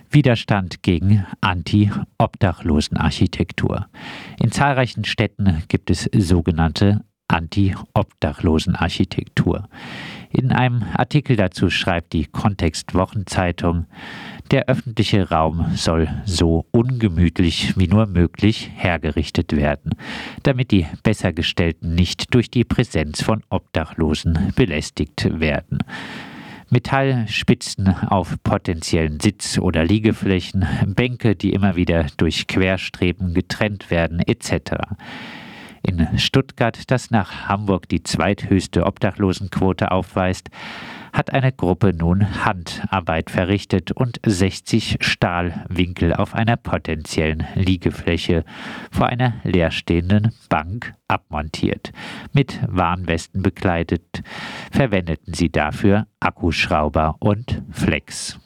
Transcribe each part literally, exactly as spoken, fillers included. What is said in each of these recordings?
Widerstand gegen Anti-Obdachlosen-Architektur. In zahlreichen Städten gibt es sogenannte Anti-Obdachlosen-Architektur. In einem Artikel dazu schreibt die Kontext-Wochenzeitung, der öffentliche Raum soll so ungemütlich wie nur möglich hergerichtet werden, damit die Bessergestellten nicht durch die Präsenz von Obdachlosen belästigt werden. Metallspitzen auf potenziellen Sitz- oder Liegeflächen, Bänke, die immer wieder durch Querstreben getrennt werden, et cetera. In Stuttgart, das nach Hamburg die zweithöchste Obdachlosenquote aufweist, hat eine Gruppe nun Handarbeit verrichtet und sechzig Stahlwinkel auf einer potenziellen Liegefläche vor einer leerstehenden Bank abmontiert. Mit Warnwesten bekleidet verwendeten sie dafür Akkuschrauber und Flex.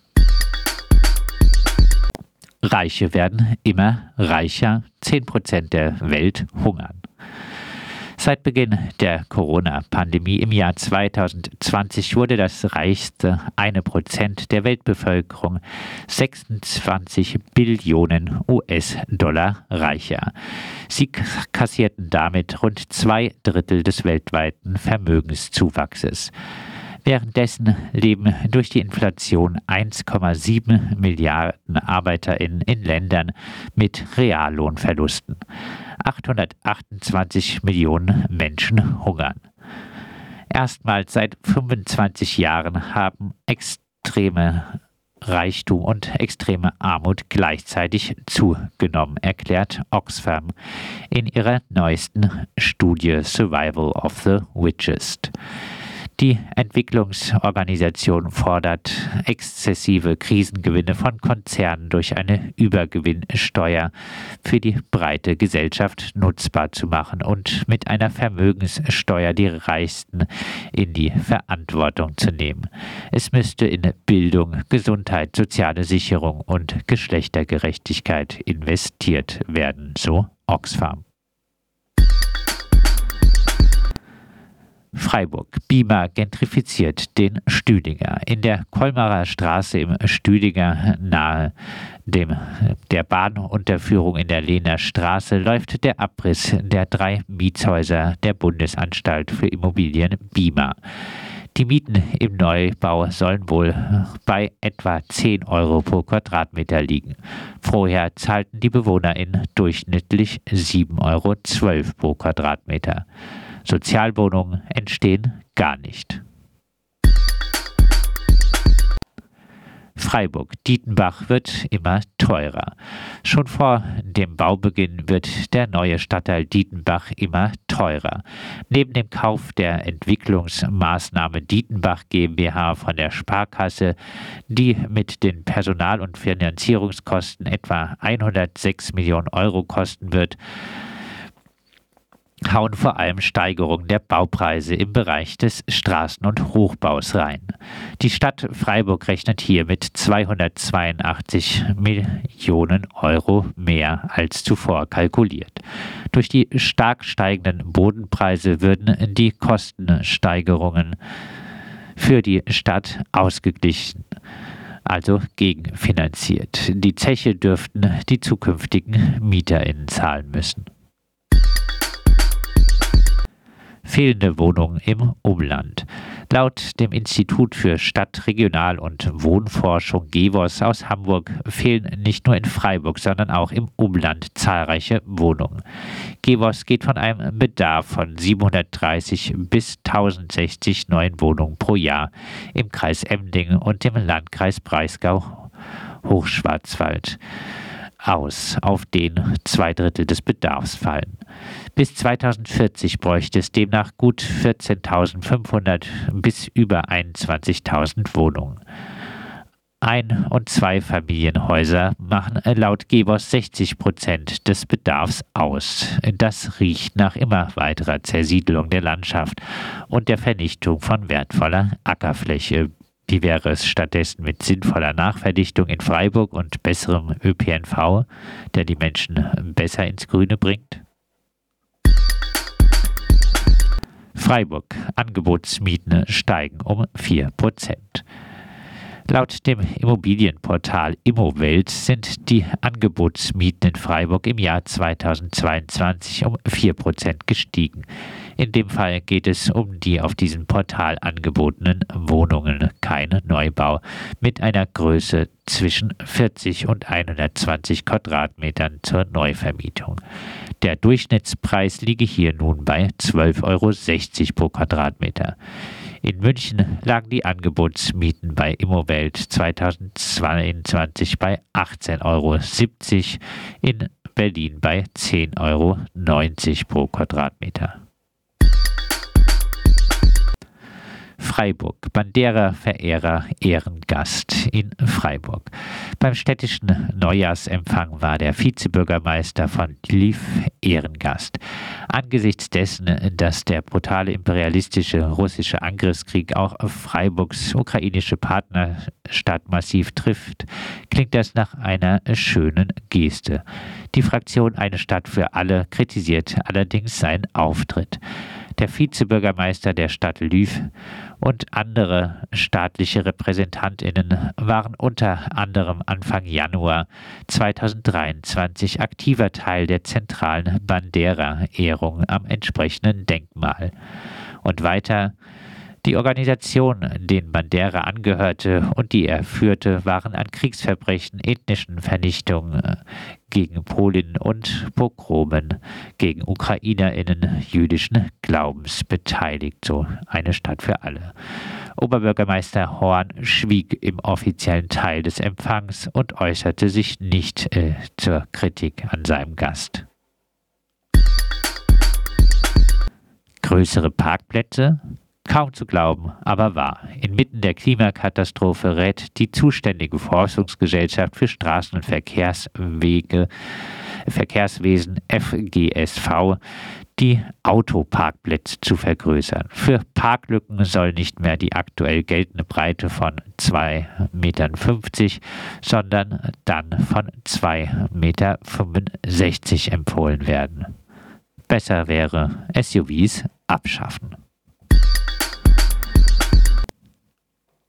Reiche werden immer reicher, zehn Prozent der Welt hungern. Seit Beginn der Corona-Pandemie im Jahr zweitausendzwanzig wurde das reichste eine Prozent der Weltbevölkerung sechsundzwanzig Billionen U S-Dollar reicher. Sie kassierten damit rund zwei Drittel des weltweiten Vermögenszuwachses. Währenddessen leben durch die Inflation eins Komma sieben Milliarden ArbeiterInnen in Ländern mit Reallohnverlusten. achthundertachtundzwanzig Millionen Menschen hungern. Erstmals seit fünfundzwanzig Jahren haben extreme Reichtum und extreme Armut gleichzeitig zugenommen, erklärt Oxfam in ihrer neuesten Studie Survival of the Richest. Die Entwicklungsorganisation fordert, exzessive Krisengewinne von Konzernen durch eine Übergewinnsteuer für die breite Gesellschaft nutzbar zu machen und mit einer Vermögenssteuer die Reichsten in die Verantwortung zu nehmen. Es müsste in Bildung, Gesundheit, soziale Sicherung und Geschlechtergerechtigkeit investiert werden, so Oxfam. Freiburg. BIMA gentrifiziert den Stüdinger. In der Kolmarer Straße im Stüdinger nahe dem, der Bahnunterführung in der Lehner Straße läuft der Abriss der drei Mietshäuser der Bundesanstalt für Immobilien BIMA. Die Mieten im Neubau sollen wohl bei etwa zehn Euro pro Quadratmeter liegen. Vorher zahlten die BewohnerInnen durchschnittlich sieben Euro zwölf pro Quadratmeter. Sozialwohnungen entstehen gar nicht. Freiburg. Dietenbach wird immer teurer. Schon vor dem Baubeginn wird der neue Stadtteil Dietenbach immer teurer. Neben dem Kauf der Entwicklungsmaßnahme Dietenbach GmbH von der Sparkasse, die mit den Personal- und Finanzierungskosten etwa hundertsechs Millionen Euro kosten wird, hauen vor allem Steigerungen der Baupreise im Bereich des Straßen- und Hochbaus rein. Die Stadt Freiburg rechnet hier mit zweihundertzweiundachtzig Millionen Euro mehr als zuvor kalkuliert. Durch die stark steigenden Bodenpreise würden die Kostensteigerungen für die Stadt ausgeglichen, also gegenfinanziert. Die Zeche dürften die zukünftigen MieterInnen zahlen müssen. Fehlende Wohnungen im Umland. Laut dem Institut für Stadt-, Regional- und Wohnforschung GEWOS aus Hamburg fehlen nicht nur in Freiburg, sondern auch im Umland zahlreiche Wohnungen. GEWOS geht von einem Bedarf von siebenhundertdreißig bis tausendsechzig neuen Wohnungen pro Jahr im Kreis Emdingen und im Landkreis Breisgau-Hochschwarzwald aus, auf den zwei Drittel des Bedarfs fallen. Bis zweitausendvierzig bräuchte es demnach gut vierzehntausendfünfhundert bis über einundzwanzigtausend Wohnungen. Ein- und Zweifamilienhäuser machen laut GEWOS sechzig Prozent des Bedarfs aus. Das riecht nach immer weiterer Zersiedlung der Landschaft und der Vernichtung von wertvoller Ackerfläche. Wie wäre es stattdessen mit sinnvoller Nachverdichtung in Freiburg und besserem Ö P N V, der die Menschen besser ins Grüne bringt? Freiburg. Angebotsmieten steigen um vier Prozent. Laut dem Immobilienportal Immowelt sind die Angebotsmieten in Freiburg im Jahr zweitausendzweiundzwanzig um vier Prozent gestiegen. In dem Fall geht es um die auf diesem Portal angebotenen Wohnungen, kein Neubau, mit einer Größe zwischen vierzig und hundertzwanzig Quadratmetern zur Neuvermietung. Der Durchschnittspreis liege hier nun bei zwölf Euro sechzig pro Quadratmeter. In München lagen die Angebotsmieten bei Immowelt zweitausendzweiundzwanzig bei achtzehn Euro siebzig, in Berlin bei zehn Euro neunzig pro Quadratmeter. Freiburg. Bandera-Verehrer Ehrengast in Freiburg. Beim städtischen Neujahrsempfang war der Vizebürgermeister von Lviv Ehrengast. Angesichts dessen, dass der brutale imperialistische russische Angriffskrieg auch auf Freiburgs ukrainische Partnerstadt massiv trifft, klingt das nach einer schönen Geste. Die Fraktion Eine Stadt für alle kritisiert allerdings seinen Auftritt. Der Vizebürgermeister der Stadt Lviv und andere staatliche RepräsentantInnen waren unter anderem Anfang Januar zweitausenddreiundzwanzig aktiver Teil der zentralen Bandera-Ehrung am entsprechenden Denkmal. Und weiter: Die Organisation, denen Bandera angehörte und die er führte, waren an Kriegsverbrechen, ethnischen Vernichtungen gegen Polen und Pogromen gegen UkrainerInnen jüdischen Glaubens beteiligt, so Eine Stadt für alle. Oberbürgermeister Horn schwieg im offiziellen Teil des Empfangs und äußerte sich nicht äh, zur Kritik an seinem Gast. Größere Parkplätze? Kaum zu glauben, aber wahr. Inmitten der Klimakatastrophe rät die zuständige Forschungsgesellschaft für Straßen- und Verkehrswege, Verkehrswesen F G S V, die Autoparkplätze zu vergrößern. Für Parklücken soll nicht mehr die aktuell geltende Breite von zwei Komma fünfzig Meter, sondern dann von zwei Komma fünfundsechzig Meter empfohlen werden. Besser wäre S U Vs abschaffen.